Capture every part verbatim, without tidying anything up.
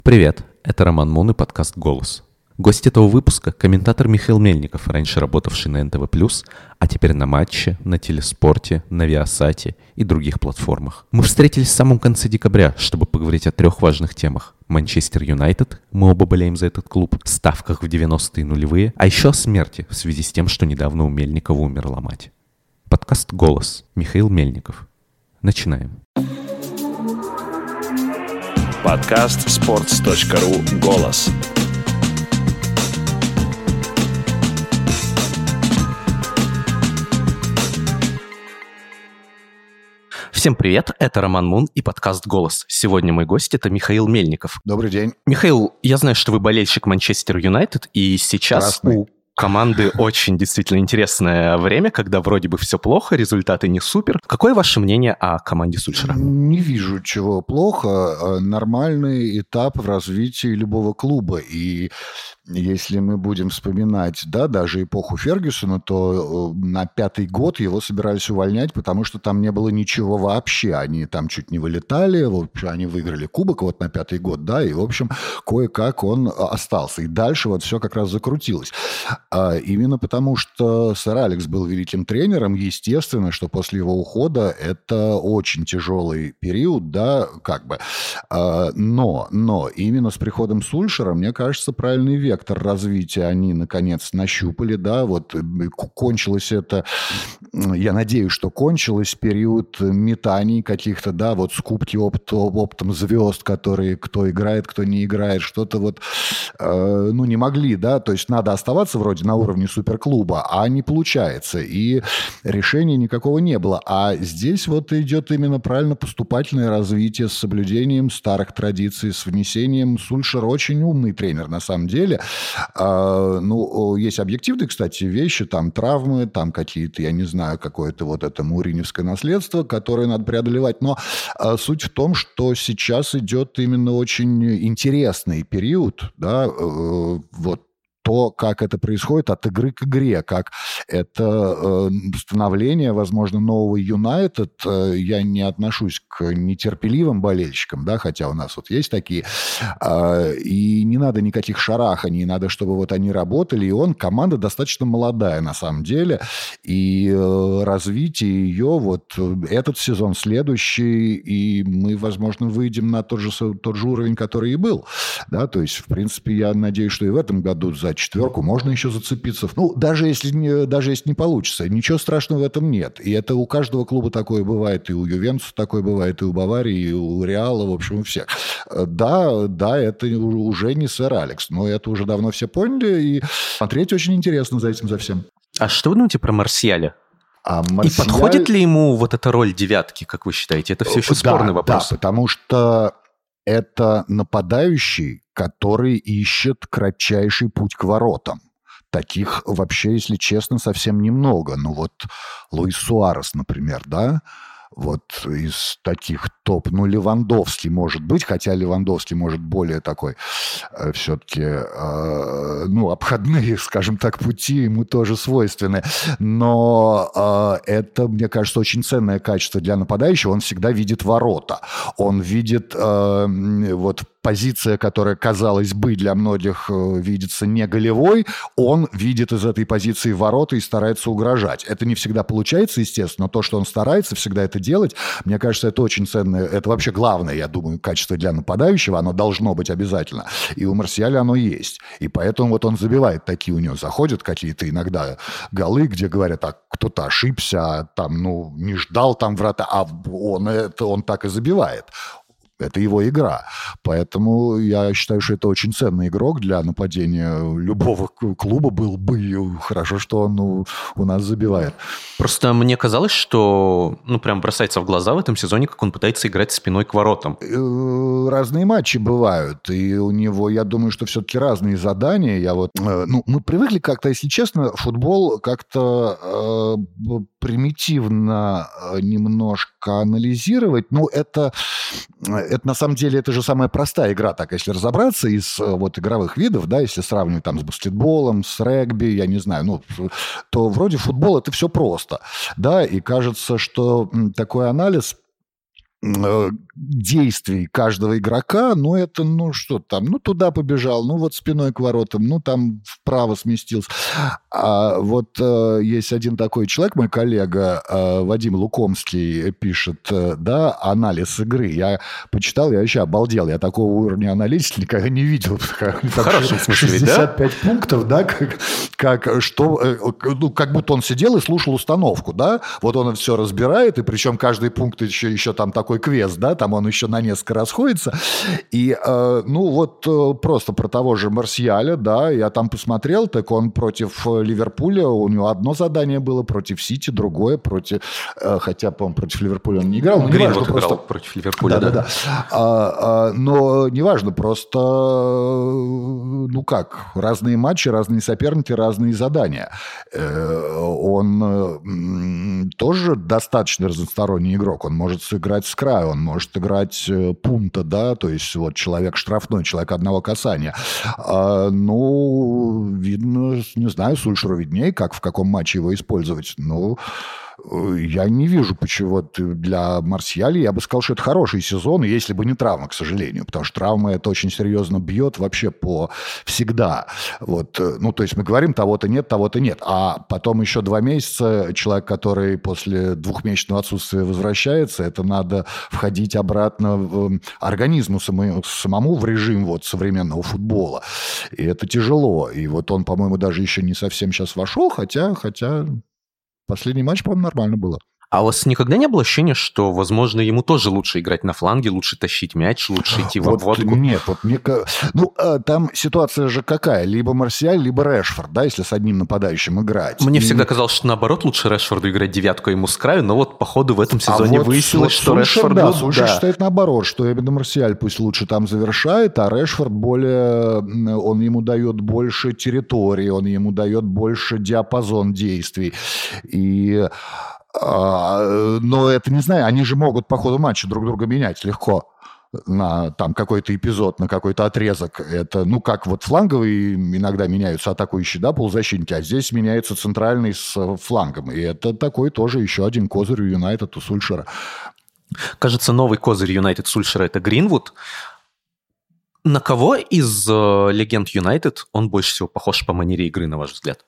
Привет, это Роман Мун и подкаст «Голос». Гость этого выпуска – комментатор Михаил Мельников, раньше работавший на эн тэ вэ плюс, а теперь на Матче, на Телеспорте, на Виасате и других платформах. Мы встретились в самом конце декабря, чтобы поговорить о трех важных темах. Манчестер Юнайтед, мы оба болеем за этот клуб, ставках в девяностые нулевые, а еще о смерти в связи с тем, что недавно у Мельникова умерла мать. Подкаст «Голос». Михаил Мельников. Начинаем. Подкаст спортс точка ру «Голос». Всем привет, это Роман Мун и подкаст «Голос». Сегодня мой гость – это Михаил Мельников. Добрый день. Михаил, я знаю, что вы болельщик Манчестер Юнайтед, и сейчас Красный. у команды очень действительно интересное время, когда вроде бы все плохо, результаты не супер. Какое ваше мнение о команде Сульшера? Не вижу, чего плохо. Нормальный этап в развитии любого клуба. И если мы будем вспоминать, да, даже эпоху Фергюсона, то на пятый год его собирались увольнять, потому что там не было ничего вообще. Они там чуть не вылетали, в общем, они выиграли кубок вот на пятый год, да, и, в общем, кое-как он остался. И дальше вот все как раз закрутилось. А именно потому, что сэр Алекс был великим тренером, естественно, что после его ухода это очень тяжелый период, да, как бы. А, но, но именно с приходом Сульшера, мне кажется, правильный вектор развития они, наконец, нащупали, да, вот кончилось это, я надеюсь, что кончилось период метаний каких-то, да, вот скупки опт, оптом звезд, которые кто играет, кто не играет, что-то вот, э, ну, не могли, да, то есть надо оставаться вроде на уровне суперклуба, а не получается, и решения никакого не было, а здесь вот идет именно правильно поступательное развитие с соблюдением старых традиций, с внесением. Сульшер очень умный тренер, на самом деле. А, ну, есть объективные, кстати, вещи, там травмы, там какие-то, я не знаю, какое-то вот это муриневское наследство, которое надо преодолевать, но а, суть в том, что сейчас идет именно очень интересный период, да, э, вот, то, как это происходит от игры к игре, как это э, становление, возможно, нового Юнайтед. Э, я не отношусь к нетерпеливым болельщикам, да, хотя у нас вот есть такие. Э, и не надо никаких шараханий, надо, чтобы вот они работали. И он, команда достаточно молодая на самом деле. И э, развитие ее, вот этот сезон, следующий, и мы, возможно, выйдем на тот же, тот же уровень, который и был. Да, то есть, в принципе, я надеюсь, что и в этом году за четверку можно еще зацепиться. Ну, даже если, не, даже если не получится, ничего страшного в этом нет. И это у каждого клуба такое бывает, и у Ювентуса такое бывает, и у Баварии, и у Реала, в общем, у всех. Да, да, это уже не сэр Алекс, но это уже давно все поняли, и смотреть очень интересно за этим, за всем. А что вы думаете про Марсиаля? А Марсиаль... И подходит ли ему вот эта роль девятки, как вы считаете? Это все еще спорный да, вопрос. Да, потому что это нападающий, который ищет кратчайший путь к воротам. Таких вообще, если честно, совсем немного. Ну вот Луис Суарес, например, да, вот из таких топ, ну, Левандовский может быть, хотя Левандовский может более такой э, все-таки, э, ну, обходные, скажем так, пути ему тоже свойственны. Но э, это, мне кажется, очень ценное качество для нападающего. Он всегда видит ворота. Он видит э, вот позиция, которая, казалось бы, для многих видится не голевой, он видит из этой позиции ворота и старается угрожать. Это не всегда получается, естественно, но то, что он старается всегда это делать, мне кажется, это очень ценное, это вообще главное, я думаю, качество для нападающего, оно должно быть обязательно. И у Марсиаля оно есть. И поэтому вот он забивает такие, у него заходят какие-то иногда голы, где говорят, а кто-то ошибся, там, ну, не ждал там врата, а он, это, он так и забивает. Это его игра. Поэтому я считаю, что это очень ценный игрок для нападения любого клуба был бы. Хорошо, что он ну, у нас забивает. Просто мне казалось, что ну прям бросается в глаза в этом сезоне, как он пытается играть спиной к воротам. Разные матчи бывают. И у него, я думаю, что все-таки разные задания. Я вот, ну, мы привыкли как-то, если честно, футбол как-то э, примитивно немножко анализировать. Ну, это... Это на самом деле это же самая простая игра, так если разобраться из вот игровых видов, да, если сравнивать там с баскетболом, с регби, я не знаю, ну, то вроде футбол это все просто, да, и кажется, что такой анализ действий каждого игрока, ну, это, ну, что там, ну, туда побежал, ну, вот спиной к воротам, ну, там вправо сместился. А вот э, есть один такой человек, мой коллега э, Вадим Лукомский пишет, э, да, анализ игры. Я почитал, я вообще обалдел, я такого уровня аналитики никогда не видел. В хорошем смысле, шестьдесят пять да? пунктов, да, как, как, что, ну, как будто он сидел и слушал установку, да, вот он все разбирает, и причем каждый пункт еще, еще там такой квест, да, там он еще на несколько расходится. И, э, ну, вот э, просто про того же Марсиаля, да, я там посмотрел, так он против Ливерпуля, у него одно задание было, против Сити другое, против, э, хотя, по-моему, против Ливерпуля он не играл. Грин вот просто... играл против Ливерпуля, да. Да, да, да. А, а, но неважно, просто, ну как, разные матчи, разные соперники, разные задания. Э, он тоже достаточно разносторонний игрок, он может сыграть с краю, он может играть пунта, да, то есть вот человек штрафной, человек одного касания. А, ну, видно, не знаю, Сульшеру виднее, как, в каком матче его использовать. Ну, я не вижу, почему для Марсиали, я бы сказал, что это хороший сезон, если бы не травма, к сожалению, потому что травма это очень серьезно бьет вообще по всегда. Вот, ну, то есть мы говорим, того-то нет, того-то нет, а потом еще два месяца человек, который после двухмесячного отсутствия возвращается, это надо входить обратно в организму самому, самому в режим вот современного футбола, и это тяжело, и вот он, по-моему, даже еще не совсем сейчас вошел, хотя, хотя... Последний матч, по-моему, нормально было. А у вас никогда не было ощущения, что, возможно, ему тоже лучше играть на фланге, лучше тащить мяч, лучше идти в вот обводку? Нет, вот мне... Ну, там ситуация же какая? Либо Марсиаль, либо Решфорд, да, если с одним нападающим играть. Мне И... всегда казалось, что наоборот лучше Решфорду играть девятку, ему с краю, но вот, походу, в этом сезоне а вот выяснилось, что Сульшер, Решфорду... Да, Сульшер да. считает наоборот, что именно Марсиаль пусть лучше там завершает, а Решфорд более... Он ему дает больше территории, он ему дает больше диапазон действий. И... Но это, не знаю, они же могут по ходу матча друг друга менять легко на там какой-то эпизод, на какой-то отрезок. Это, ну, как вот фланговые иногда меняются атакующие, да, полузащитники, а здесь меняется центральный с флангом. И это такой тоже еще один козырь у Юнайтед, у Сульшера. Кажется, новый козырь Юнайтед Сульшера – это Гринвуд. На кого из э, легенд Юнайтед он больше всего похож по манере игры, на ваш взгляд?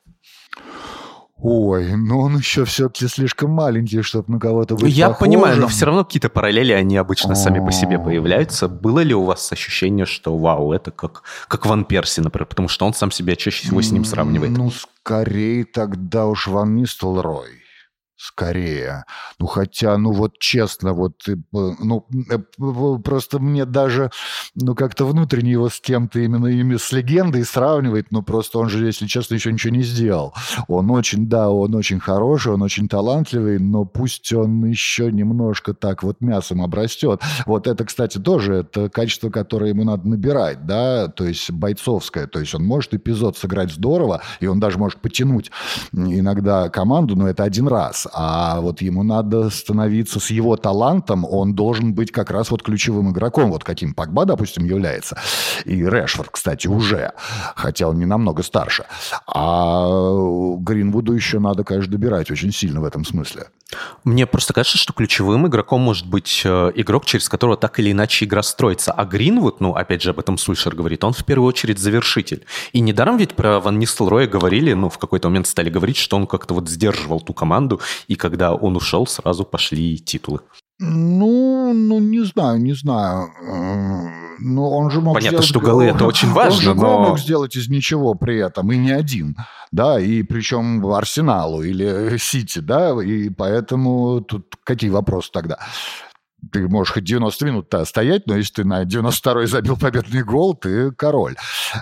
Ой, ну он еще все-таки слишком маленький, чтобы на кого-то быть Я похожим. понимаю, но все равно какие-то параллели, они обычно сами по себе появляются. Было ли у вас ощущение, что вау, это как, как Ван Перси, например, потому что он сам себя чаще всего с ним сравнивает? Ну, скорее тогда уж Ван Нистелрой. Скорее. Ну, хотя, ну, вот честно, вот, ну, просто мне даже, ну, как-то внутренне его с кем-то именно ими с легендой сравнивает, но просто он же, если честно, еще ничего не сделал. Он очень, да, он очень хороший, он очень талантливый, но пусть он еще немножко так вот мясом обрастет. Вот это, кстати, тоже это качество, которое ему надо набирать, да, то есть бойцовское, то есть он может эпизод сыграть здорово, и он даже может потянуть иногда команду, но это один раз. А вот ему надо становиться с его талантом, он должен быть как раз вот ключевым игроком, вот каким Погба, допустим, является. И Решфорд, кстати, уже, хотя он не намного старше. А Гринвуду еще надо, конечно, добирать очень сильно в этом смысле. Мне просто кажется, что ключевым игроком может быть игрок, через которого так или иначе игра строится. А Гринвуд, ну, опять же, об этом Сульшер говорит, он в первую очередь завершитель. И недаром ведь про Ван Нистелрooя говорили, ну, в какой-то момент стали говорить, что он как-то вот сдерживал ту команду, и когда он ушел, сразу пошли титулы. Ну, ну, не знаю, не знаю. Ну, он же мог Понятно, сделать... что голы это очень важно, он же но... мог сделать из ничего при этом, и не один, да, и причем Арсеналу или Сити, да, и поэтому тут какие вопросы тогда? Ты можешь хоть девяносто минут стоять, но если ты на девяносто второй забил победный гол, ты король.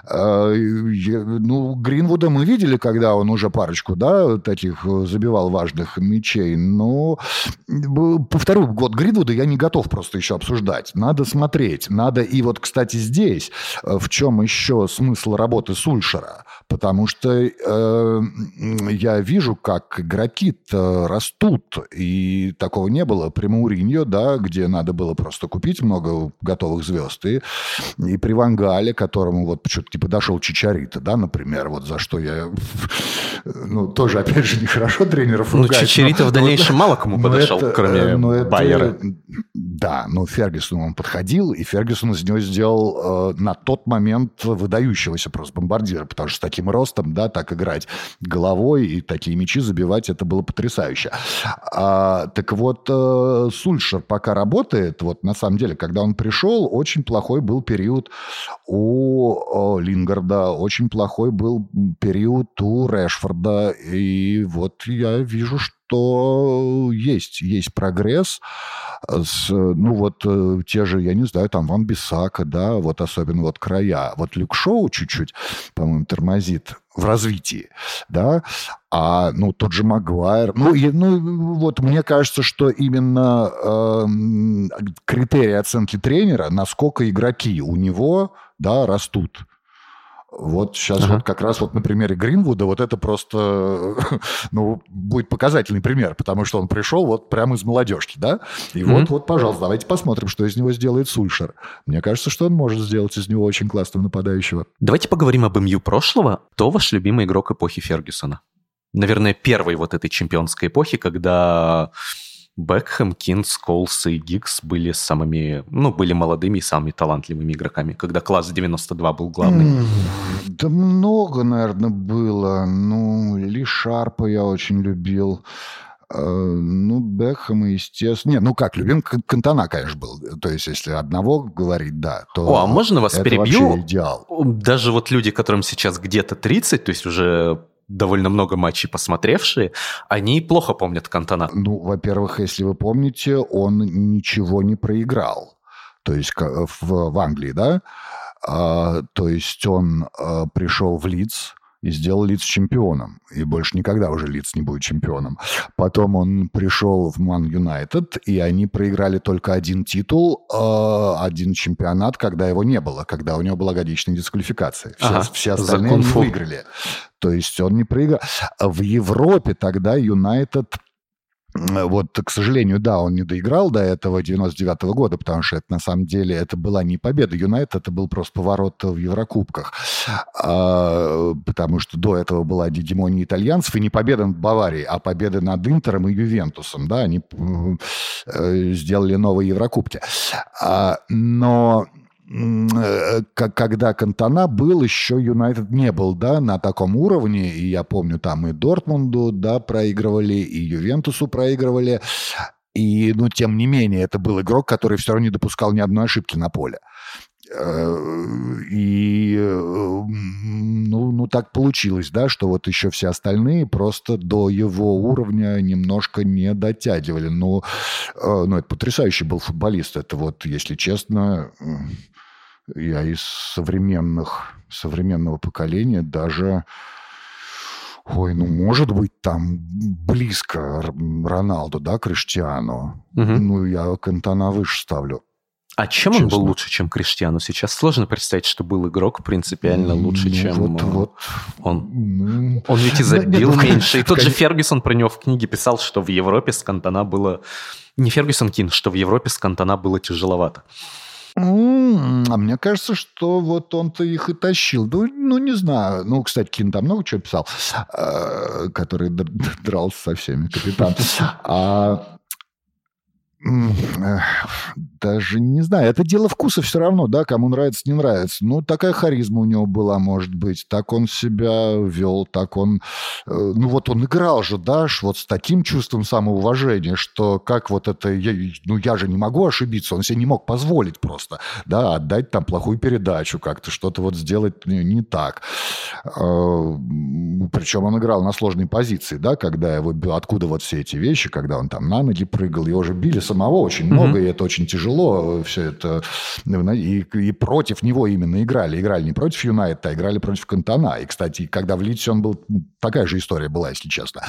Ну, Гринвуда мы видели, когда он уже парочку, да, таких забивал важных мячей. Но, повторю, год Гринвуда я не готов просто еще обсуждать. Надо смотреть. Надо, и вот, кстати, здесь в чем еще смысл работы Сульшера? потому что э, я вижу, как игроки-то растут, и такого не было при Мауриньо, да, где надо было просто купить много готовых звезд, и, и при Ван Гаале, которому вот что-то типа дошел Чичарито, да, например, вот за что я, ну, тоже, опять же, нехорошо тренеров ругать. Ну, Чичарито в дальнейшем мало кому подошел, это, кроме но Байера. Это, да, но Фергюсону он подходил, и Фергюсон из него сделал э, на тот момент выдающегося просто бомбардира, потому что с таким ростом, да, так играть головой и такие мячи забивать, это было потрясающе. А, так вот, э, Сульшер пока работает, вот на самом деле, когда он пришел, очень плохой был период у о, Лингарда, очень плохой был период у Решфорда, и вот я вижу, что что есть, есть прогресс. С, ну, вот те же, я не знаю, там Ван Бисака, да, вот особенно вот края. Вот Люк Шоу чуть-чуть, по-моему, тормозит в развитии, да, а, ну, тот же Магуайр. Ну, и, ну вот мне кажется, что именно э, критерий оценки тренера, насколько игроки у него, да, растут. Вот сейчас ага. вот как раз вот на примере Гринвуда вот это просто, ну, будет показательный пример, потому что он пришел вот прямо из молодежки, да? И mm-hmm. вот, вот, пожалуйста, давайте посмотрим, что из него сделает Сульшер. Мне кажется, что он может сделать из него очень классного нападающего. Давайте поговорим об эм ю прошлого. Кто ваш любимый игрок эпохи Фергюсона? Наверное, первой вот этой чемпионской эпохи, когда Бекхэм, Кин, Сколс и Гиггс были самыми, ну, были молодыми и самыми талантливыми игроками, когда класс девяносто два был главный. Mm, да много, наверное, было. Ну, Ли Шарпа я очень любил. Ну, Бекхэма, естественно. Не, ну как, любим Кантона, конечно, был. То есть, если одного говорить, да, то О, а можно вас это перебью? Вообще идеал. Даже вот люди, которым сейчас где-то тридцать, то есть уже довольно много матчей посмотревшие, они плохо помнят Кантона. Ну, во-первых, если вы помните, он ничего не проиграл. То есть в, в Англии, да? А, то есть он а, пришел в Лидс и сделал Лидс чемпионом. И больше никогда уже Лидс не будет чемпионом. Потом он пришел в Ман Юнайтед, и они проиграли только один титул, э, один чемпионат, когда его не было, когда у него была годичная дисквалификация. Все, ага, все остальные они выиграли. То есть он не проиграл. В Европе тогда Юнайтед... Вот, к сожалению, да, он не доиграл до этого девяносто девятого года, потому что это, на самом деле, это была не победа Юнайтед, это был просто поворот в Еврокубках. А, потому что до этого была гегемония итальянцев, и не победа над Баварией, а победа над Интером и Ювентусом. Да, они э, сделали новые Еврокубки. А, но... когда Кантона был, еще Юнайтед не был, да, на таком уровне, и я помню, там и Дортмунду, да, проигрывали, и Ювентусу проигрывали, и, ну, тем не менее, это был игрок, который все равно не допускал ни одной ошибки на поле. И, ну, ну, так получилось, да, что вот еще все остальные просто до его уровня немножко не дотягивали. Ну, ну это потрясающий был футболист, это вот, если честно... Я из современных, современного поколения даже, ой, ну, может быть, там близко Роналду, да, Криштиану. Угу. Ну, я Кантона выше ставлю. А чем честно. Он был лучше, чем Криштиану? Сейчас сложно представить, что был игрок принципиально лучше, ну, чем вот, вот. он. Ну, он ведь и забил нет, меньше. И тот конечно... же Фергюсон про него в книге писал, что в Европе с Кантона было... Не Фергюсон Кин, что в Европе с Кантона было тяжеловато. А мне кажется, что вот он-то их и тащил. Ну, ну не знаю. Ну, кстати, Кин там много чего писал, который дрался со всеми, капитан. А... Даже не знаю, это дело вкуса все равно, да, кому нравится, не нравится. Ну, такая харизма у него была, может быть, так он себя вел, так он... Ну, вот он играл же, да, вот с таким чувством самоуважения, что как вот это... Я, ну, я же не могу ошибиться, он себе не мог позволить просто, да, отдать там плохую передачу, как-то что-то вот сделать не, не так. Причем он играл на сложной позиции, да, когда его... Откуда вот все эти вещи, когда он там на ноги прыгал, его же били с самого очень mm-hmm. много, и это очень тяжело, все это. И, и против него именно играли. Играли не против Юнайтед, а играли против Кантона. И, кстати, когда в Лидсе он был, такая же история была, если честно.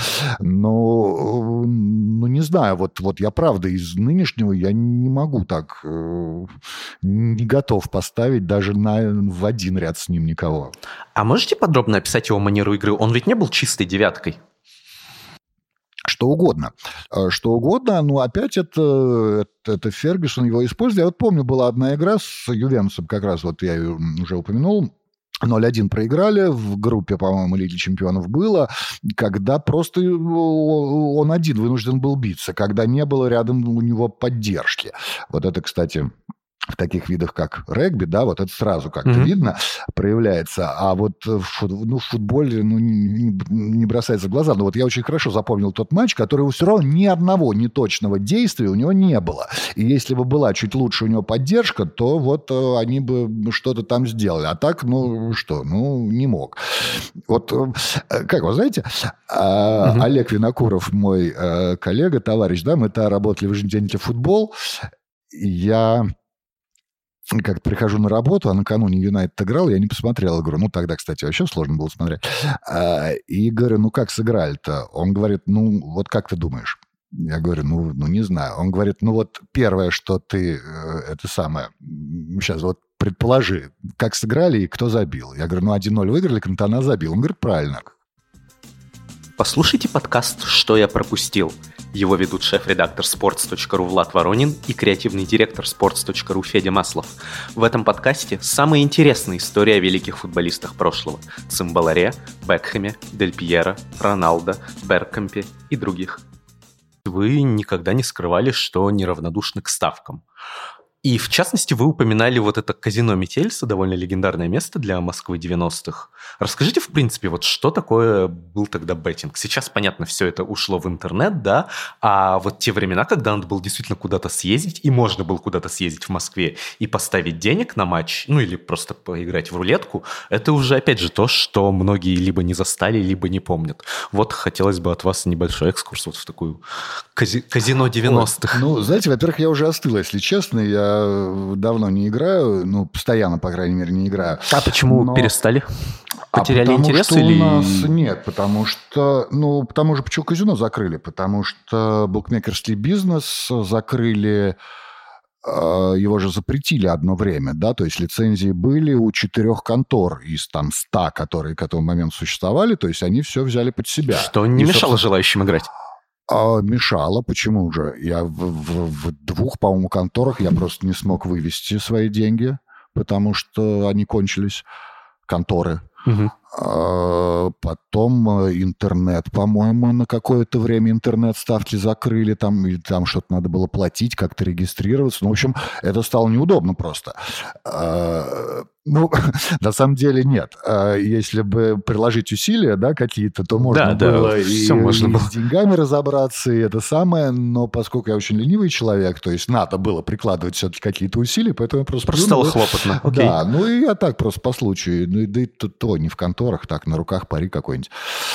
Но, ну, не знаю, вот, вот я правда из нынешнего я не могу так, э, не готов поставить даже на, в один ряд с ним никого. А можете подробно описать его манеру игры? Он ведь не был чистой девяткой. Что угодно. Что угодно, ну, опять это, это, это Фергюсон его использует. Я вот помню, была одна игра с Ювентусом, как раз вот я ее уже упомянул, ноль один проиграли, в группе, по-моему, Лиги Чемпионов было, когда просто он один вынужден был биться, когда не было рядом у него поддержки. Вот это, кстати... в таких видах, как регби, да, вот это сразу как-то mm-hmm. видно, проявляется. А вот в, ну, в футболе ну, не, не бросается в глаза. Но вот я очень хорошо запомнил тот матч, который все равно ни одного неточного действия у него не было. И если бы была чуть лучше у него поддержка, то вот они бы что-то там сделали. А так, ну что, ну не мог. Вот, как вы знаете, mm-hmm. Олег Винокуров, мой коллега, товарищ, да, мы-то работали в еженедельнике «Футбол». Я... как прихожу на работу, а накануне Юнайтед играл, я не посмотрел игру. Ну, тогда, кстати, вообще сложно было смотреть. И говорю, ну, как сыграли-то? Он говорит, ну, вот как ты думаешь? Я говорю, ну, ну, не знаю. Он говорит, ну, вот первое, что ты, это самое, сейчас вот предположи, как сыграли и кто забил. Я говорю, ну, один ноль выиграли, Кантона забил. Он говорит, правильно. Послушайте подкаст «Что я пропустил». Его ведут шеф-редактор спортс точка ру Влад Воронин и креативный директор спортс точка ру Федя Маслов. В этом подкасте самые интересные истории о великих футболистах прошлого – Цимбаларе, Бекхэме, Дель Пьеро, Роналдо, Беркампе и других. Вы никогда не скрывали, что неравнодушны к ставкам. И, в частности, вы упоминали вот это казино Метельса, довольно легендарное место для Москвы девяностых. Расскажите, в принципе, вот что такое был тогда беттинг? Сейчас, понятно, все это ушло в интернет, да, а вот те времена, когда надо было действительно куда-то съездить, и можно было куда-то съездить в Москве и поставить денег на матч, ну или просто поиграть в рулетку, это уже, опять же, то, что многие либо не застали, либо не помнят. Вот хотелось бы от вас небольшой экскурс вот в такую кази- казино девяностых. Ой, ну, знаете, во-первых, я уже остыл, если честно, я давно не играю, ну, постоянно, по крайней мере, не играю. А почему Но... перестали? Потеряли а потому интерес что или... у нас нет, потому что, ну, потому же почему казино закрыли? Потому что букмекерский бизнес закрыли, его же запретили одно время, да, то есть лицензии были у четырех контор из там ста, которые к этому моменту существовали, то есть они все взяли под себя. Что не И, мешало собственно... желающим играть? А, мешало. Почему же? Я в, в, в двух, по-моему, конторах я просто не смог вывести свои деньги, потому что они кончились, конторы. Угу. А, потом интернет, по-моему, на какое-то время интернет-ставки закрыли, там, и там что-то надо было платить, как-то регистрироваться. Ну, в общем, это стало неудобно просто. А, ну, на самом деле нет. Если бы приложить усилия, да, какие-то, то можно да, было да, и, все можно и было. с деньгами разобраться, и это самое, но поскольку я очень ленивый человек, то есть надо было прикладывать все-таки какие-то усилия, поэтому я просто... Просто стало хлопотно. Окей. Да, ну и я так просто по случаю, ну и да и то, то не в конторах, так на руках пари какой-нибудь.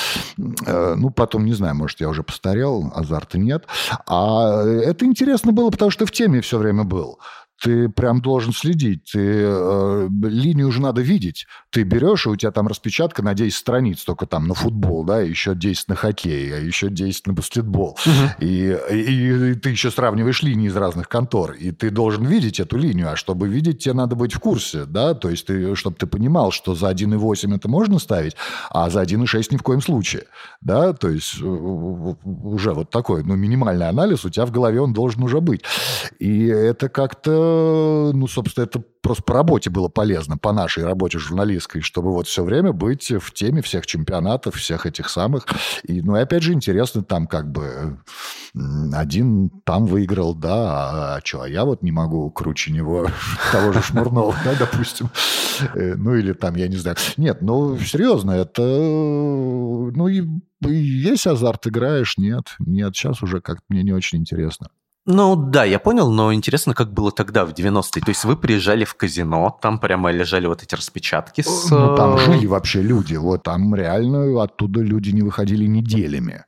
Ну, потом, не знаю, может, я уже постарел, азарта нет. А это интересно было, потому что в теме все время был. Ты прям должен следить, ты, э, линию уже надо видеть. Ты берешь, и у тебя там распечатка на десять страниц, только там на футбол, да, еще десять на хоккей, а еще десять на баскетбол. Uh-huh. И, и, и ты еще сравниваешь линии из разных контор, и ты должен видеть эту линию, а чтобы видеть, тебе надо быть в курсе, да, то есть ты, чтобы ты понимал, что за один и восемь это можно ставить, а за один и шесть ни в коем случае, да, то есть уже вот такой, ну, минимальный анализ у тебя в голове он должен уже быть. И это как-то ну, собственно, это просто по работе было полезно, по нашей работе журналистской, чтобы вот все время быть в теме всех чемпионатов, всех этих самых. И, ну, и опять же, интересно, там как бы один там выиграл, да, а, а что, а я вот не могу круче него, того же Шмурнова, да, допустим. Ну, или там, я не знаю. Нет, ну, серьезно, это, ну, и есть азарт, играешь, нет, нет, сейчас уже как-то мне не очень интересно. Ну да, я понял, но интересно, как было тогда, в девяностые. То есть вы приезжали в казино, там прямо лежали вот эти распечатки с... Ну там жили вообще люди, вот там реально оттуда люди не выходили неделями.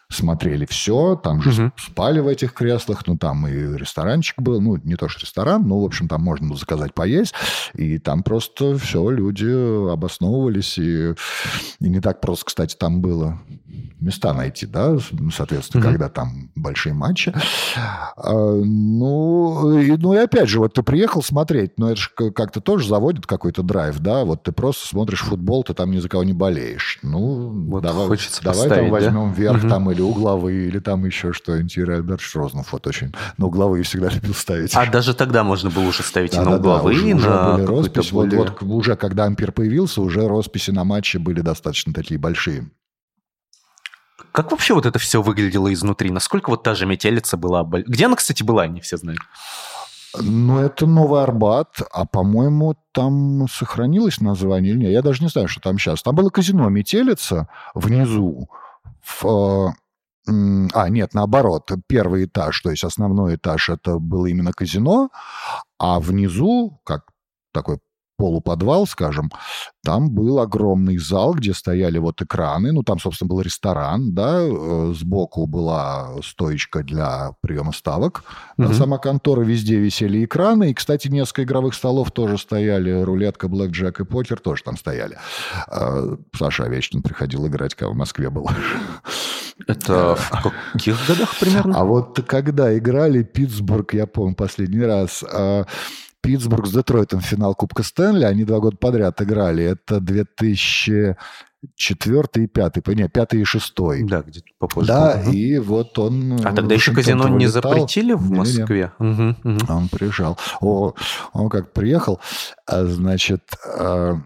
смотрели все, там же Мгм. спали в этих креслах, ну, там и ресторанчик был, ну, не то что ресторан, но, в общем, там можно было заказать поесть, и там просто все, люди обосновывались, и, и не так просто, кстати, там было места найти, да, соответственно, Мгм. когда там большие матчи. А, ну, и, ну, и опять же, вот ты приехал смотреть, но это же как-то тоже заводит какой-то драйв, да, вот ты просто смотришь футбол, ты там ни за кого не болеешь. Ну, Вот давай, хочется давай там поставить, да? возьмем вверх Мгм. там или угловые, или там еще что-нибудь. Юрий Альбертович Розанов вот очень на угловые всегда любил ставить. А даже тогда можно было уже ставить и на Да-да-да, угловые, уже, и уже на были какой-то росписи. Вот, более... вот уже когда ампир появился, уже росписи на матче были достаточно такие большие. Как вообще вот это все выглядело изнутри? Насколько вот та же метелица была? бол- Где она, кстати, была, не все знают. Ну, это Новый Арбат, а, по-моему, там сохранилось название или нет. Я даже не знаю, что там сейчас. Там было казино «Метелица» внизу. В, э, м, а, нет, наоборот. Первый этаж, то есть основной этаж, это было именно казино, а внизу, как такой полуподвал, скажем, там был огромный зал, где стояли вот экраны. Ну, там, собственно, был ресторан, да, э, сбоку была стоечка для приема ставок. Да, Мгм. сама контора, везде висели экраны. И, кстати, несколько игровых столов тоже стояли. Рулетка, блэкджек и покер тоже там стояли. А, Саша Овечкин приходил играть, когда в Москве был. Это в каких годах примерно? А вот когда играли Питтсбург, я помню, последний раз, а, Питтсбург с Детройтом в финал Кубка Стэнли, они два года подряд играли. Это две тысячи четвёртый и пятый, нет, пятый и шестой. Да, где-то попозже. Да, Мгм. и вот он... А в тогда еще Вашингтон казино не улетал. запретили в Не-не-не. Москве? Мгм, мгм. А он приезжал. О, он как приехал, а, значит, а,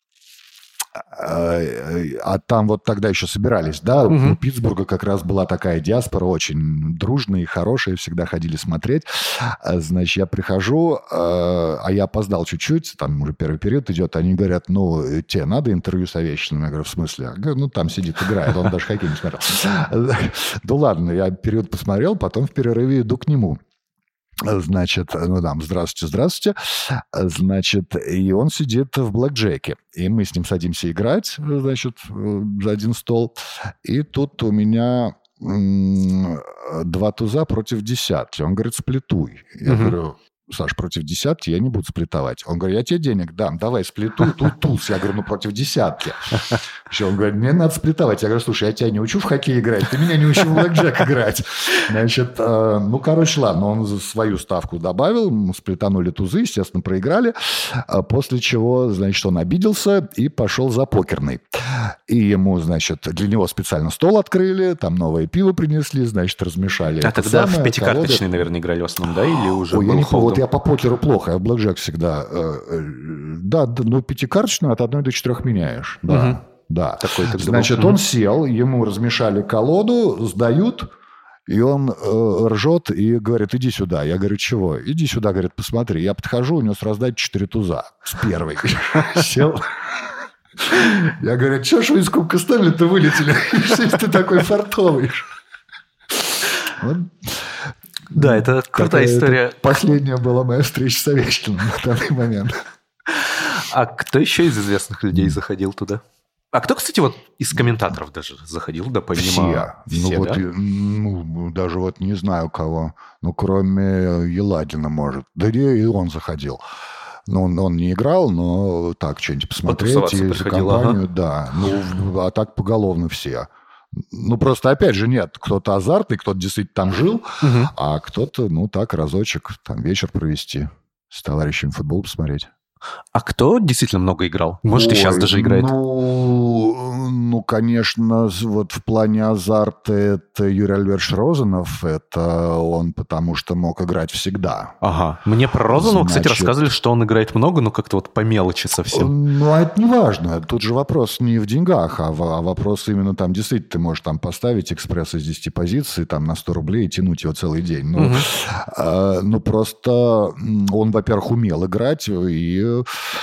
а, а там вот тогда еще собирались, да, Мгм. у Питтсбурга как раз была такая диаспора очень дружная и хорошая, всегда ходили смотреть. А, Значит, я прихожу, а а я опоздал чуть-чуть, там уже первый период идет, они говорят, ну, тебе надо интервью с Овечкиным? Я говорю, в смысле? Я говорю, ну, там сидит, играет, он даже хоккей не смотрел. Ну, ладно, я период посмотрел, потом в перерыве иду к нему. Значит, ну там, здравствуйте, здравствуйте. Значит, и он сидит в блэкджеке. И мы с ним садимся играть, значит, за один стол. И тут у меня м, два туза против десятки. Он говорит, сплитуй. Я Мгм. говорю, Саш, против десятки я не буду сплитовать. Он говорит, я тебе денег дам, давай сплитуй, тут туз. Я говорю, ну против десятки. Еще он говорит, мне надо сплитовать. Я говорю, слушай, я тебя не учу в хоккей играть, ты меня не учи в блэкджек играть. Значит, э, ну, короче, ладно, он свою ставку добавил, мы сплитанули тузы, естественно, проиграли, а после чего, значит, он обиделся и пошел за покерной. И ему, значит, для него специально стол открыли, там новое пиво принесли, значит, размешали. А это тогда в самое, пятикарточный, колоды. наверное, играли в основном, да? Или уже Ой, я был не помню, вот холдом? я по покеру плохо, я в блэкджек всегда. э, э, Да, да, ну, пятикарточную от одной до четырех меняешь, да. Мгм. Да. Такой тогда был. Значит, Мгм. он сел, ему размешали колоду, сдают, и он э, ржет и говорит, иди сюда. Я говорю, чего? Иди сюда, говорит, посмотри. Я подхожу, у него сразу дать четыре туза с первой. Сел. Я говорю, что ж вы из Кубка Стэнли-то вылетели? Что ты такой фартовый? Вот Да, это крутая такая это история. Последняя была моя встреча с Овечкиным на данный момент. А кто еще из известных людей заходил туда? А кто, кстати, вот из комментаторов даже заходил, да, помимо... Все. Все, ну, вот, да? и- ну, даже вот не знаю кого. Ну, кроме Елагина, может. Да и и он заходил. Ну, он, он не играл, но так, что-нибудь посмотреть. Потусоваться И за приходил, компанию, да. Ну, а так поголовно все. Ну, просто, опять же, нет. Кто-то азартный, кто-то действительно там жил, Мгм. а кто-то, ну, так, разочек, там, вечер провести, с товарищами футбол посмотреть. А кто действительно много играл? Может, и сейчас Ой, даже играет? Ну, ну, конечно, с- вот в плане азарта это Юрий Альбертович Розанов. Это он потому что мог играть всегда. Ага. Мне про Розанова, кстати, Значит- рассказывали, что он играет много, но как-то вот по мелочи совсем. Ну, а это не важно. Тут же вопрос не в деньгах, а, в- а вопрос именно там, действительно, ты можешь там поставить экспресс из десяти позиций там на сто рублей и тянуть его целый день. Ну, Мгм. а, ну просто м, он, во-первых, умел играть, и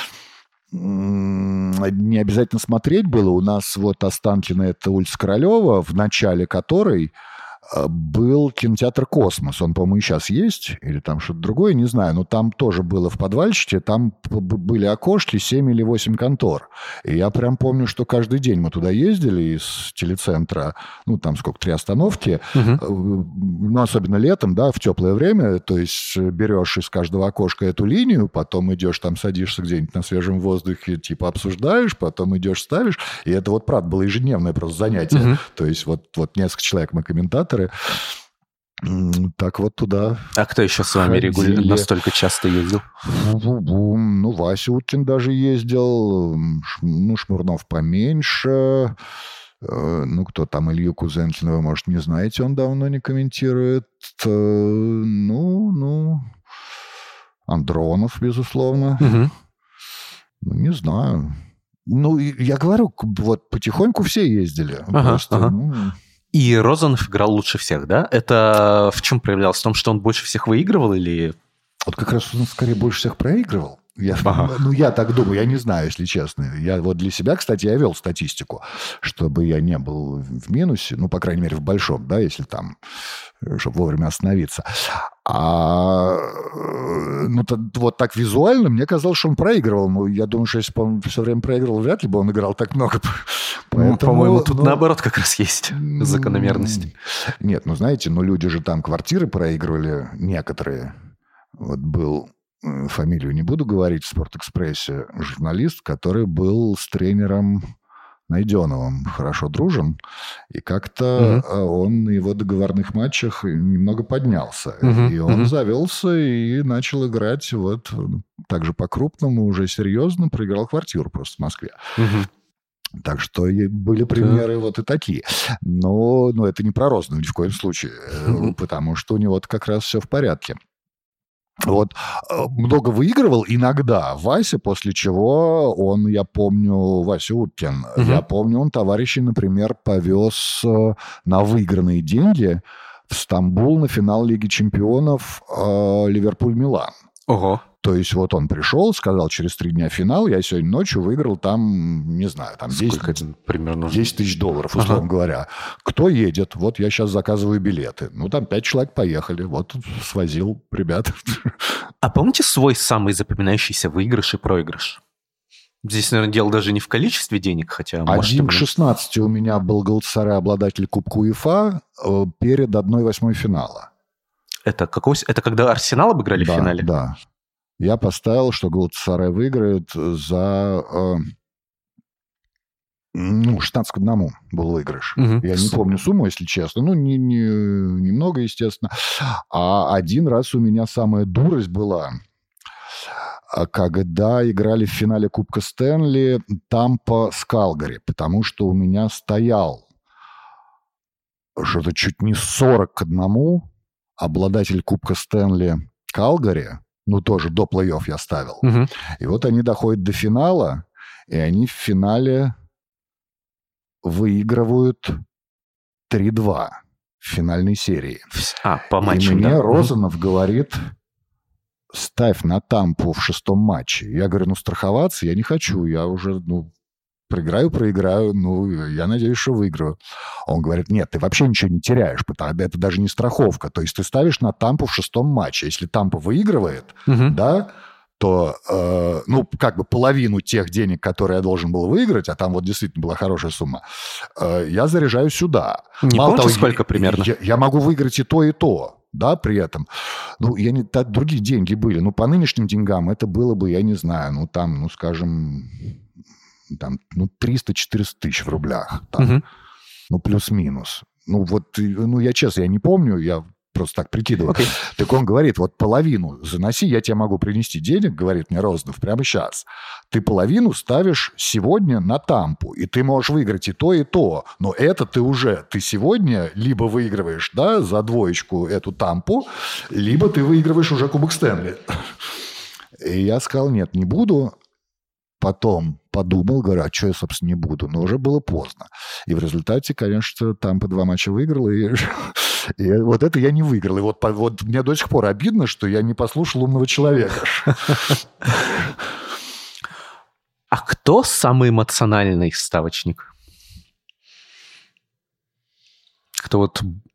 м, не обязательно смотреть было. У нас вот Останкино, это улица Королева, в начале которой был кинотеатр «Космос». Он, по-моему, и сейчас есть, или там что-то другое, не знаю. Но там тоже было в подвальчике, там были окошки, семь или восемь контор. И я прям помню, что каждый день мы туда ездили из телецентра, ну, там сколько, три остановки, угу. ну, особенно летом, да, в теплое время, то есть берешь из каждого окошка эту линию, потом идешь там, садишься где-нибудь на свежем воздухе, типа обсуждаешь, потом идешь, ставишь, и это вот, правда, было ежедневное просто занятие. Угу. То есть вот, вот несколько человек мы комментаторы, так вот туда. А кто еще с вами регулярно настолько часто ездил? Ну, Вася Уткин даже ездил, ну, Шмурнов поменьше. Ну, кто там, Илью Кузенкина, вы, может, не знаете, он давно не комментирует. Ну, ну, Андронов, безусловно. Угу. Ну, не знаю. Ну, я говорю, вот потихоньку все ездили. Ага, просто, ага. ну... И Розанов играл лучше всех, да? Это в чем проявлялось? В том, что он больше всех выигрывал или... Вот как раз он скорее больше всех проигрывал. Я, ага. Ну, я так думаю, я не знаю, если честно. Я вот для себя, кстати, я вел статистику, чтобы я не был в минусе, ну, по крайней мере, в большом, да, если там, чтобы вовремя остановиться. А ну, то, вот так визуально мне казалось, что он проигрывал. Ну, я думаю, что если бы он все время проигрывал, вряд ли бы он играл так много. Поэтому, ну, по-моему, тут ну, наоборот как раз есть закономерность. Нет, ну, знаете, ну, люди же там квартиры проигрывали некоторые. Вот был... Фамилию не буду говорить, в «Спортэкспрессе» журналист, который был с тренером Найденовым хорошо дружен, и как-то uh-huh. он на его договорных матчах немного поднялся. Uh-huh. И он uh-huh. завелся и начал играть вот так же по-крупному, уже серьезно, проиграл квартиру просто в Москве. Uh-huh. Так что были примеры uh-huh. вот и такие. Но, но это не про Розанова ни в коем случае, uh-huh. потому что у него как раз все в порядке. Вот, много выигрывал иногда Вася, после чего он, я помню, Вася Уткин, угу. я помню, он товарищей, например, повез на выигранные деньги в Стамбул на финал Лиги Чемпионов э, Ливерпуль-Милан. Ого. То есть вот он пришел, сказал, через три дня финал, я сегодня ночью выиграл там, не знаю, там десять, примерно десять тысяч долларов, условно ага. говоря. Кто едет? Вот я сейчас заказываю билеты. Ну, там пять человек поехали. Вот свозил ребят. А помните свой самый запоминающийся выигрыш и проигрыш? Здесь, наверное, дело даже не в количестве денег, хотя... один к шестнадцати у меня был Галатасарай обладатель Кубка УЕФА перед одной восьмой финала. Это, какой... Это когда Арсенал обыграли да, в финале? Да, я поставил, что Галатасарай выиграет за... Э, ну, шестнадцать к одному был выигрыш. Угу. Я не помню сумму, если честно. Ну, не, не, немного, естественно. А один раз у меня самая дурость была, когда играли в финале Кубка Стэнли Тампа с Калгари, потому что у меня стоял что-то чуть не сорок к одному обладатель Кубка Стэнли Калгари, ну, тоже до плей-офф я ставил. Угу. И вот они доходят до финала, и они в финале выигрывают три-два в финальной серии. А, по матчу, и мне да? Розанов угу. говорит... ставь на Тампу в шестом матче. Я говорю, ну, страховаться я не хочу. Я уже, ну, проиграю, проиграю. Ну, я надеюсь, что выиграю. Он говорит, нет, ты вообще ничего не теряешь, потому что это даже не страховка. То есть ты ставишь на Тампу в шестом матче. Если Тампа выигрывает, угу. да, то, э, ну, как бы половину тех денег, которые я должен был выиграть, а там вот действительно была хорошая сумма, э, я заряжаю сюда. Не Мало помните, того, сколько я, примерно? Я, я могу выиграть и то, и то. Да, при этом. Ну, я не... Так, другие деньги были. Ну, по нынешним деньгам это было бы, я не знаю, ну, там, ну, скажем, там, ну, триста-четыреста тысяч в рублях. Там. Угу. Ну, плюс-минус. Ну, вот, ну, я честно, я не помню, я просто так прикидываю. Okay. Так он говорит, вот половину заноси, я тебе могу принести денег, говорит мне Розанов, прямо сейчас. Ты половину ставишь сегодня на Тампу, и ты можешь выиграть и то, и то. Но это ты уже, ты сегодня либо выигрываешь, да, за двоечку эту Тампу, либо ты выигрываешь уже Кубок Стэнли. И я сказал, нет, не буду. Потом подумал, говорю, а что я, собственно, не буду? Но уже было поздно. И в результате, конечно, Тампа два матча выиграла, и, и вот это я не выиграл. И вот, вот мне до сих пор обидно, что я не послушал умного человека. А кто самый эмоциональный ставочник? Кто вот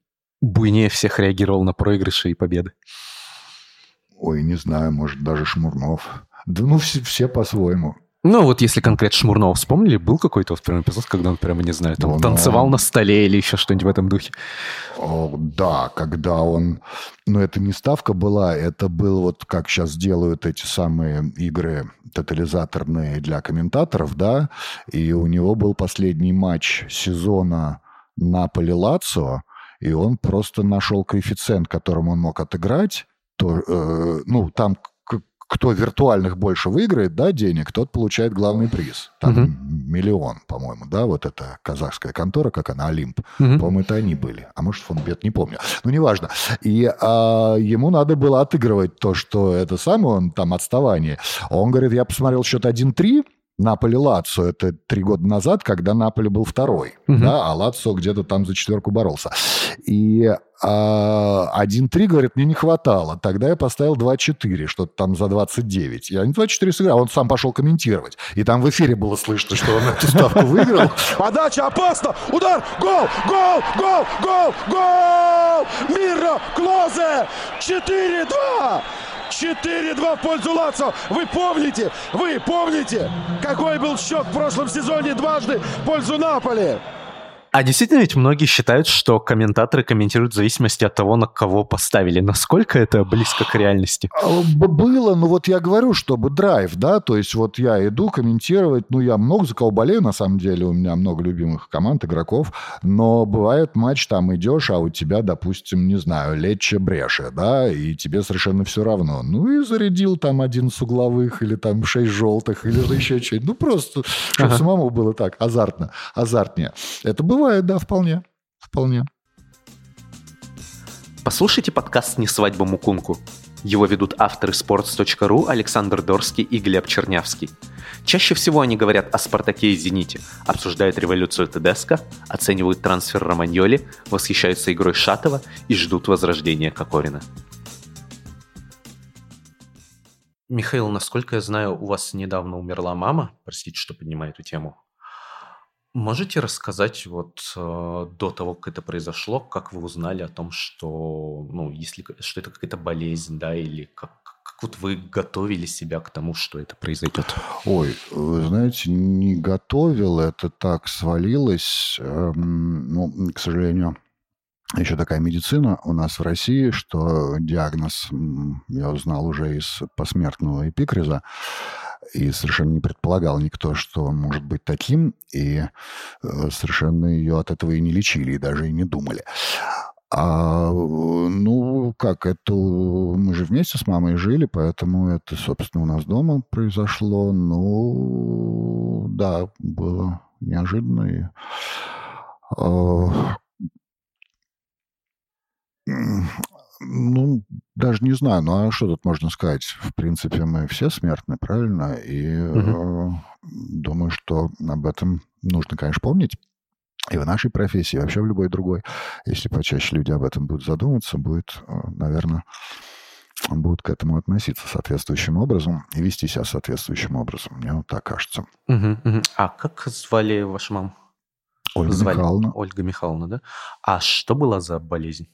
буйнее всех реагировал на проигрыши и победы? Ой, не знаю, может, даже Шмурнов. Да ну, все, все по-своему. Ну, вот если конкретно Шмурнова вспомнили, был какой-то вот прям эпизод, когда он прямо, не знаю, там ну, танцевал но... на столе или еще что-нибудь в этом духе? О, да, когда он... Ну, это не ставка была, это был вот как сейчас делают эти самые игры тотализаторные для комментаторов, да, и у него был последний матч сезона Наполи-Лацио, и он просто нашел коэффициент, которым он мог отыграть, то, э, ну, там... Кто виртуальных больше выиграет, да, денег, тот получает главный приз. Там uh-huh. миллион, по-моему, да, вот эта казахская контора, как она, Олимп. Uh-huh. По-моему, это они были. А может, Фонбет, не помню. Ну, неважно. И а, ему надо было отыгрывать то, что это самое, он там отставание. Он говорит, я посмотрел счет один-три, Наполи-Лацио, это три года назад, когда Наполи был второй, uh-huh. да, а Лацио где-то там за четверку боролся. И а, один-три, говорит, мне не хватало. Тогда я поставил два-четыре, что-то там за двадцать девять. Я не два-четыре сыграл, он сам пошел комментировать. И там в эфире было слышно, что он эту ставку выиграл. Подача опасна! Удар! Гол! Гол! Гол! Гол! Гол! Мирро! Клозе! четыре-два! четыре-два в пользу Лацио. Вы помните, вы помните, какой был счет в прошлом сезоне дважды в пользу Наполи? А действительно ведь многие считают, что комментаторы комментируют в зависимости от того, на кого поставили. Насколько это близко к реальности? Было, но вот я говорю, чтобы драйв, да, то есть вот я иду комментировать, ну, я много за кого болею, на самом деле, у меня много любимых команд, игроков, но бывает матч, там идешь, а у тебя, допустим, не знаю, Лечче Бреша, да, и тебе совершенно все равно. Ну, и зарядил там один с угловых, или там шесть желтых, или еще что-нибудь. Ну, просто, чтобы ага. самому было так азартно, азартнее. Это было Бывает, да, вполне, вполне. Послушайте подкаст «Не свадьба Мукунку». Его ведут авторы спортс точка ру Александр Дорский и Глеб Чернявский. Чаще всего они говорят о «Спартаке» и «Зените», обсуждают революцию Тедеско, оценивают трансфер Романьоли, восхищаются игрой Шатова и ждут возрождения Кокорина. Михаил, насколько я знаю, у вас недавно умерла мама. Простите, что поднимаю эту тему. Можете рассказать вот э, до того, как это произошло, как вы узнали о том, что, ну, если, что это какая-то болезнь, да, или как, как вот вы готовили себя к тому, что это произойдет? Ой, вы знаете, не готовил, это так свалилось, эм, ну, к сожалению, еще такая медицина у нас в России, что диагноз я узнал уже из посмертного эпикриза, и совершенно не предполагал никто, что он может быть таким, и совершенно ее от этого и не лечили, и даже и не думали. А, ну, как, это мы же вместе с мамой жили, поэтому это, собственно, у нас дома произошло. Ну, да, было неожиданно. И, а, ну, даже не знаю, ну а что тут можно сказать? В принципе, мы все смертны, правильно? И угу. э, думаю, что об этом нужно, конечно, помнить. И в нашей профессии, и вообще в любой другой. Если почаще люди об этом будут задумываться, будет, наверное, будут к этому относиться соответствующим образом и вести себя соответствующим образом. Мне вот так кажется. Угу, угу. А как звали вашу маму? Ольга звали? Михайловна. Ольга Михайловна, да? А что была за болезнь?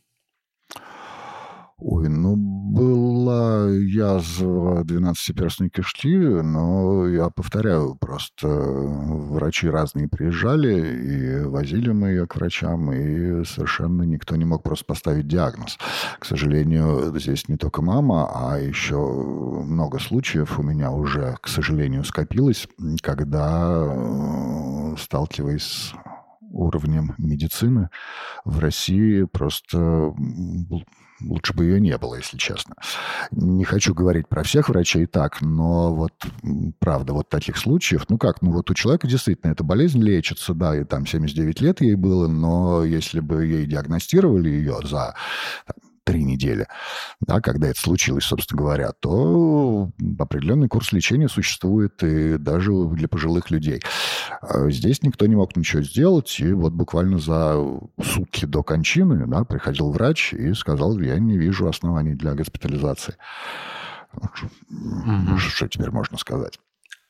Ой, ну, была язва двенадцатиперстной кишки, но я повторяю, просто врачи разные приезжали, и возили мы ее к врачам, и совершенно никто не мог просто поставить диагноз. К сожалению, здесь не только мама, а еще много случаев у меня уже, к сожалению, скопилось, когда, сталкиваясь с уровнем медицины в России, просто... Лучше бы ее не было, если честно. Не хочу говорить про всех врачей так, но вот, правда, вот таких случаев, ну как, ну вот у человека действительно эта болезнь лечится, да, и там семьдесят девять лет ей было, но если бы ей диагностировали ее за там, три недели, да, когда это случилось, собственно говоря, то определенный курс лечения существует и даже для пожилых людей. Здесь никто не мог ничего сделать, и вот буквально за сутки до кончины, да, приходил врач и сказал, я не вижу оснований для госпитализации. Mm-hmm. Что теперь можно сказать?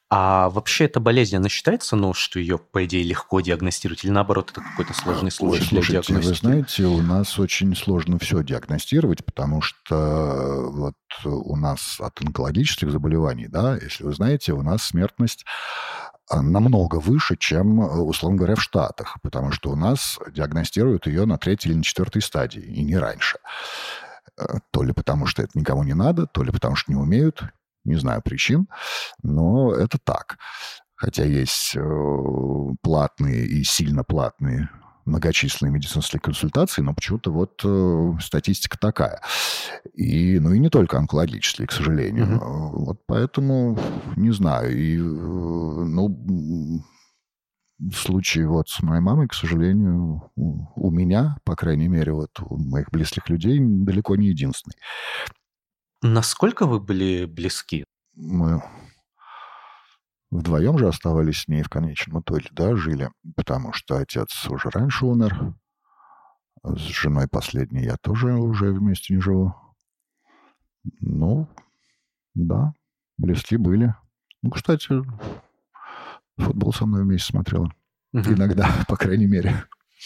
А вообще эта болезнь, она считается, ну, что ее, по идее, легко диагностировать? Или наоборот, это какой-то сложный случай Ой, для слушайте, диагностики? Вы знаете, у нас очень сложно все диагностировать, потому что вот у нас от онкологических заболеваний, да, если вы знаете, у нас смертность намного выше, чем, условно говоря, в Штатах, потому что у нас диагностируют ее на третьей или на четвертой стадии, и не раньше. То ли потому, что это никому не надо, то ли потому, что не умеют, не знаю причин, но это так. Хотя есть платные и сильно платные многочисленные медицинские консультации, но почему-то вот э, статистика такая. И, ну и не только онкологические, к сожалению. Mm-hmm. Вот поэтому, не знаю, и, э, ну, в случае вот с моей мамой, к сожалению, у, у меня, по крайней мере, вот у моих близких людей далеко не единственный. Насколько вы были близки? Мы вдвоем же оставались с ней в конечном итоге, да, жили, потому что отец уже раньше умер. С женой последней я тоже уже вместе не живу. Ну, да, близки были. Ну, кстати, футбол со мной вместе смотрела. Угу. Иногда, по крайней мере.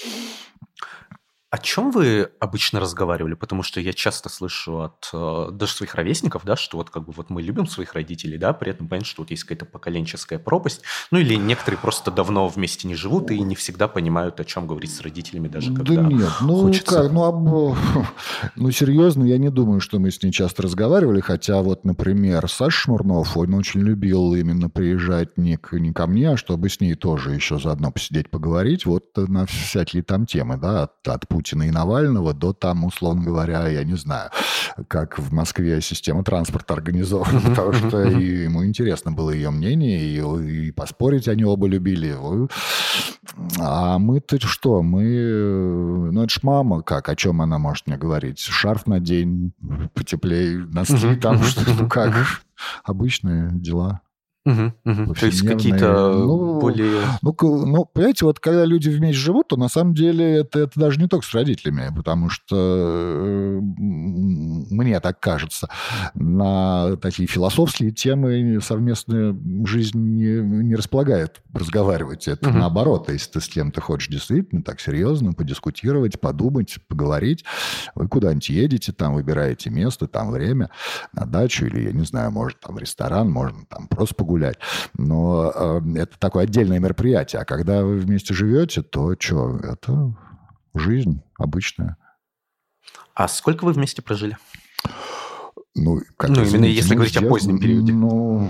О чем вы обычно разговаривали? Потому что я часто слышу от э, даже своих ровесников, да, что вот как бы вот мы любим своих родителей, да, при этом понятно, что вот есть какая-то поколенческая пропасть, ну или некоторые просто давно вместе не живут и не всегда понимают, о чем говорить с родителями, даже когда да нет, ну хочется. Как, ну, об... ну серьезно, я не думаю, что мы с ней часто разговаривали, хотя вот, например, Саша Шмурнов, он очень любил именно приезжать не, к, не ко мне, а чтобы с ней тоже еще заодно посидеть, поговорить, вот на всякие там темы, да, от, от Путина и Навального до там, условно говоря, я не знаю, как в Москве система транспорта организована, mm-hmm. потому что и ему интересно было ее мнение, и, и поспорить они оба любили. А мы-то что? Мы... Ну, это ж мама как, о чем она может мне говорить? Шарф надень, потеплее, носки mm-hmm. там, что, ну как, обычные дела. Угу, угу. То есть какие-то ну, более... Ну, ну, понимаете, вот когда люди вместе живут, то на самом деле это, это даже не только с родителями, потому что э, мне так кажется, на такие философские темы совместная жизнь не, не располагает разговаривать. Это угу. наоборот, если ты с кем-то хочешь действительно так серьезно подискутировать, подумать, поговорить, вы куда-нибудь едете, там выбираете место, там время, на дачу или, я не знаю, может, там в ресторан, можно там просто погулять. гулять. Но э, это такое отдельное мероприятие. А когда вы вместе живете, то что? Это жизнь обычная. А сколько вы вместе прожили? Ну, как ну именно если говорить о позднем периоде. Ну,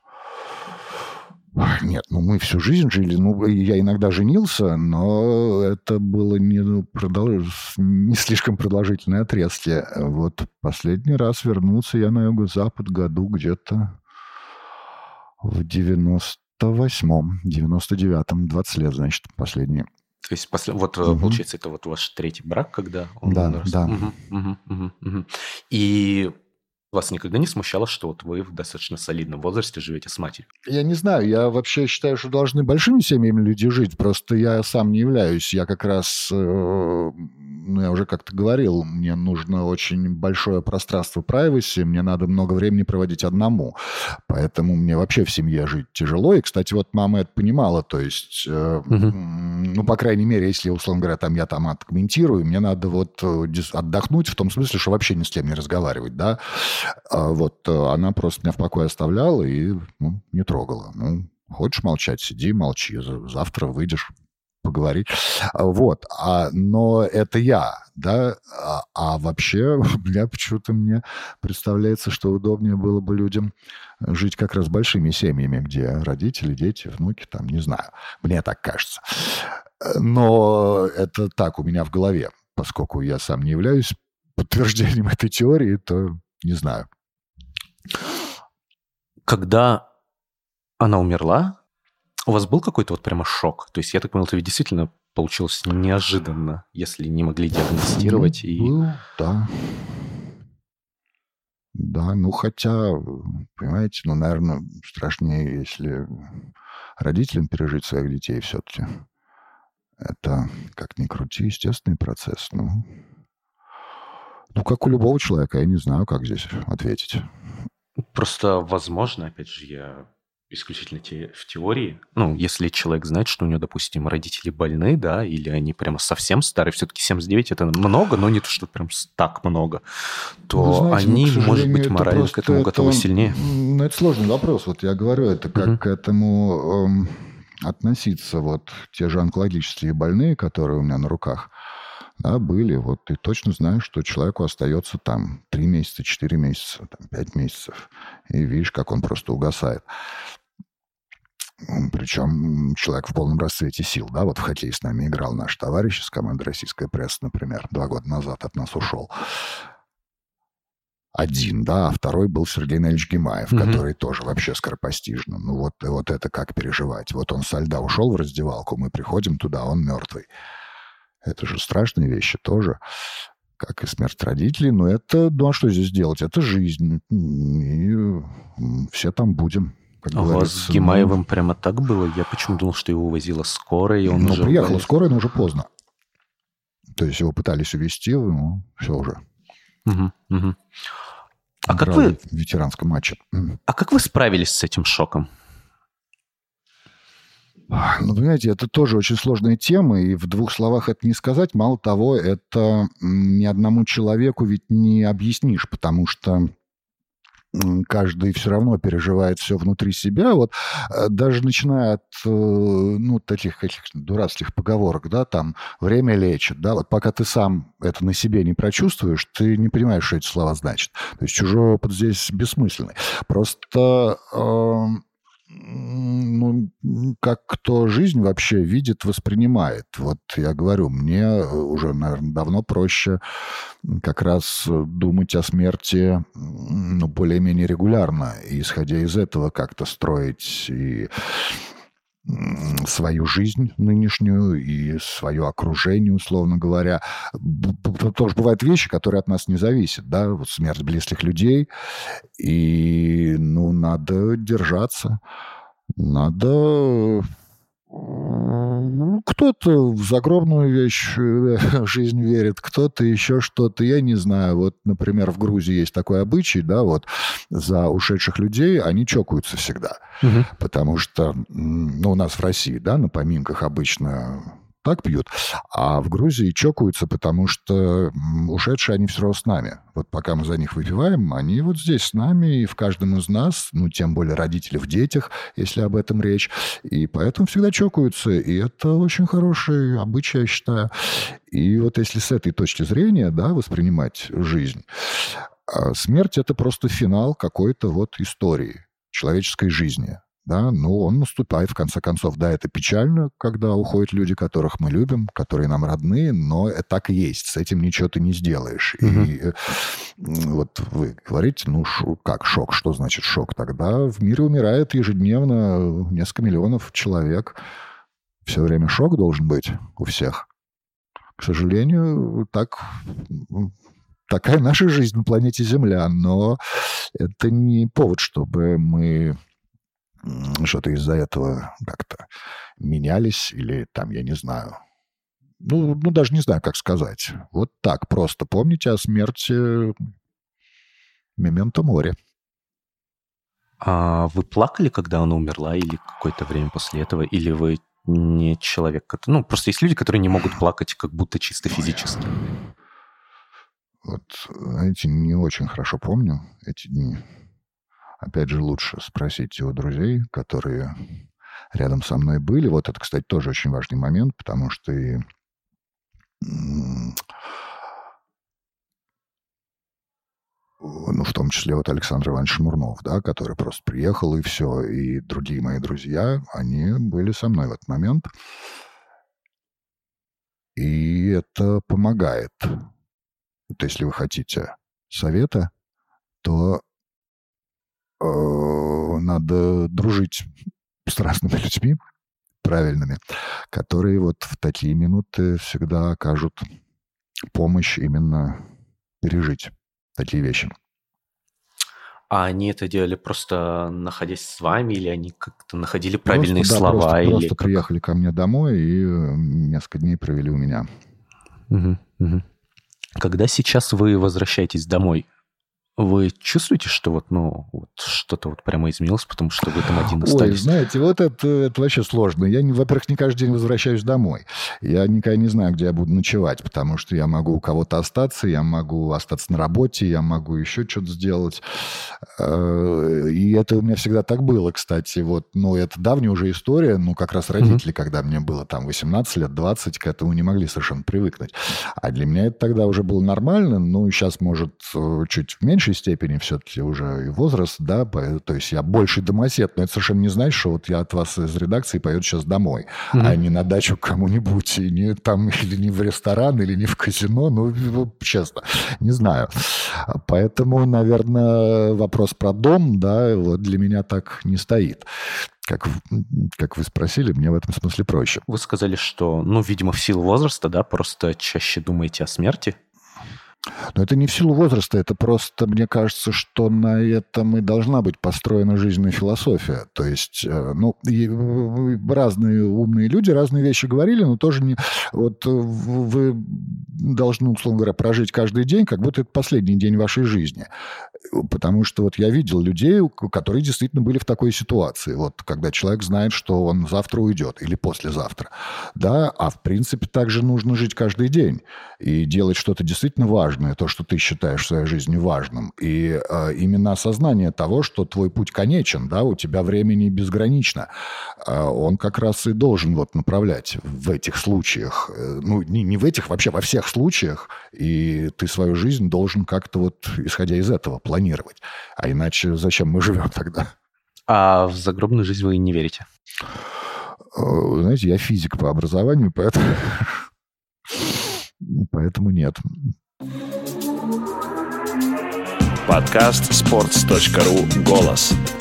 нет, ну мы всю жизнь жили. Ну, я иногда женился, но это было не, продолж... не слишком продолжительные отрезки. Вот последний раз вернулся я на юго-запад году где-то в девяносто восьмом, девяносто девятом, двадцать лет, значит, последние. То есть, после, вот, угу. получается, это вот ваш третий брак, когда он да, умер? Да, угу, угу, угу, угу. И вас никогда не смущало, что вот вы в достаточно солидном возрасте живете с матерью? Я не знаю, я вообще считаю, что должны большими семьями люди жить, просто я сам не являюсь. Я как раз, ну, я уже как-то говорил, мне нужно очень большое пространство privacy, мне надо много времени проводить одному, поэтому мне вообще в семье жить тяжело. И, кстати, вот мама это понимала, то есть, угу. ну, по крайней мере, если, условно говоря, там я там откомментирую, мне надо вот отдохнуть в том смысле, что вообще ни с кем не разговаривать, да. Вот она просто меня в покое оставляла и ну, не трогала. Ну, хочешь молчать, сиди, молчи. Завтра выйдешь поговорить. Вот. А, но это я, да. А, а вообще, я почему-то мне представляется, что удобнее было бы людям жить как раз большими семьями, где родители, дети, внуки, там, не знаю. Мне так кажется. Но это так у меня в голове. Поскольку я сам не являюсь подтверждением этой теории, то не знаю. Когда она умерла, у вас был какой-то вот прямо шок? То есть, я так понял, это ведь действительно получилось неожиданно, если не могли диагностировать. Ну, и... был, да. Да, ну хотя, понимаете, ну, наверное, страшнее, если родителям пережить своих детей все-таки. Это, как ни крути, естественный процесс. Ну, ну, как у любого человека, я не знаю, как здесь ответить. Просто, возможно, опять же, я исключительно те, в теории. Ну, если человек знает, что у него, допустим, родители больны, да, или они прямо совсем старые, все-таки семьдесят девять это много, но не то, что прям так много, то Вы знаете, они, ну, к может быть, сожалению, это морально к просто этому это, готовы сильнее. Ну, это сложный вопрос. Вот я говорю, это как Мгм. к этому эм, относиться. Вот те же онкологические больные, которые у меня на руках, да, были. Вот ты точно знаешь, что человеку остается там три месяца, четыре месяца, там, пять месяцев. И видишь, как он просто угасает. М, Причем человек в полном расцвете сил. Да? Вот в хоккей с нами играл наш товарищ из команды «Российская пресса», например, два года назад от нас ушел. Один, да, а второй был Сергей Наильевич Гимаев, Мгм. который тоже вообще скоропостижно. Ну вот, вот это как переживать. Вот он со льда ушел в раздевалку, мы приходим туда, он мертвый. Это же страшные вещи тоже, как и смерть родителей. Но это, ну а что здесь делать? Это жизнь. И м, все там будем, как А у вас говорится. с Ну, Гимаевым прямо так было? Я почему думал, что его увозила скорая, и он ну, уже... в приехала больнице. скорая, но уже поздно. То есть его пытались увезти, ну, все уже. Мгм, мгм. А как Играл вы, в ветеранском матче. М. а как вы справились с этим шоком? Ну, понимаете, это тоже очень сложная тема, и в двух словах это не сказать. Мало того, это м, ни одному человеку ведь не объяснишь, потому что м, каждый все равно переживает все внутри себя. Вот э, даже начиная от э, ну, таких каких дурацких поговорок, да, там «время лечит», да, вот пока ты сам это на себе не прочувствуешь, ты не понимаешь, что эти слова значат. То есть чужой опыт здесь бессмысленный. Просто... эм, ну, как кто жизнь вообще видит, воспринимает. Вот я говорю, мне уже, наверное, давно проще как раз думать о смерти ну, более-менее регулярно, и, исходя из этого, как-то строить и м, свою жизнь нынешнюю и свое окружение, условно говоря. Б- б- Тоже бывают вещи, которые от нас не зависят, да, вот смерть близких людей, и, ну, надо держаться. Надо... м, Кто-то в загробную вещь, э, жизнь верит, кто-то еще что-то, я не знаю. Вот, например, в Грузии есть такой обычай, да, вот за ушедших людей они чокаются всегда. Мгм. Потому что, м, ну, у нас в России, да, на поминках обычно так пьют, а в Грузии чокаются, потому что м, ушедшие, они все равно с нами. Вот пока мы за них выпиваем, они вот здесь с нами, и в каждом из нас, ну, тем более родители в детях, если об этом речь, и поэтому всегда чокаются, и это очень хороший обычай, я считаю. И вот если с этой точки зрения, да, воспринимать жизнь, а смерть — это просто финал какой-то вот истории человеческой жизни. Да, ну, он наступает, в конце концов. Да, это печально, когда уходят люди, которых мы любим, которые нам родные, но это так и есть. С этим ничего ты не сделаешь. Мгм. И э, м, вот вы говорите, ну, шу- как шок? Что значит шок? Тогда в мире умирает ежедневно несколько миллионов человек. Все время шок должен быть у всех. К сожалению, так, м, такая наша жизнь на планете Земля, но это не повод, чтобы мы м, что-то из-за этого как-то менялись или там, я не знаю. Ну, ну, даже не знаю, как сказать. Вот так просто помните о смерти мементо море. А вы плакали, когда она умерла, или какое-то время после этого? Или вы не человек, который... Ну, просто есть люди, которые не могут плакать как будто чисто физически. Вот, знаете, не очень хорошо помню эти дни. Опять же, лучше спросить у друзей, которые рядом со мной были. Вот это, кстати, тоже очень важный момент, потому что и м, ну, в том числе вот Александр Иванович Шмурнов, да, который просто приехал, и все, и другие мои друзья, они были со мной в этот момент. И это помогает. Вот если вы хотите совета, то э, надо дружить с разными людьми, правильными, которые вот в такие минуты всегда окажут помощь именно пережить такие вещи. А они это делали просто находясь с вами, или они как-то находили правильные Просто, да, слова, просто, или просто как? приехали ко мне домой и э, несколько дней провели у меня. Мгм, мгм. Когда сейчас вы возвращаетесь домой, Вы чувствуете, что вот, ну, вот что-то вот прямо изменилось, потому что вы там один остались? Ой, знаете, вот это, это вообще сложно. Я, не, во-первых, не каждый день возвращаюсь домой. Я никогда не знаю, где я буду ночевать, потому что я могу у кого-то остаться, я могу остаться на работе, я могу еще что-то сделать. И это у меня всегда так было, кстати. Вот, ну, это давняя уже история. Ну, как раз родители, mm-hmm. когда мне было там восемнадцать лет, двадцать, к этому не могли совершенно привыкнуть. А для меня это тогда уже было нормально. Ну, сейчас, может, чуть в меньшей степени все-таки уже и возраст, да, то есть я больше домосед, но это совершенно не значит, что вот я от вас из редакции поеду сейчас домой, mm-hmm. а не на дачу к кому-нибудь, и не там, или не в ресторан, или не в казино, ну, честно, не знаю. Поэтому, наверное, вопрос про дом, да, вот для меня так не стоит. Как, как вы спросили, мне в этом смысле проще. Вы сказали, что, ну, видимо, в силу возраста, да, просто чаще думаете о смерти? Но это не в силу возраста, это просто, мне кажется, что на этом и должна быть построена жизненная философия. То есть, ну, разные умные люди разные вещи говорили, но тоже не... Вот вы должны, условно говоря, прожить каждый день, как будто это последний день вашей жизни. Потому что вот я видел людей, которые действительно были в такой ситуации. Вот когда человек знает, что он завтра уйдет или послезавтра. Да, а в принципе также нужно жить каждый день и делать что-то действительно важное, то, что ты считаешь в своей жизни важным. И э, именно осознание того, что твой путь конечен, да, у тебя времени безгранично, э, он как раз и должен вот направлять в этих случаях. Э, ну, не, не в этих, вообще во всех случаях. И ты свою жизнь должен как-то вот, исходя из этого, планировать. А иначе зачем мы живем тогда? А в загробную жизнь вы не верите? Знаете, я физик по образованию, поэтому, поэтому нет. Подкаст спортс точка ру «Голос».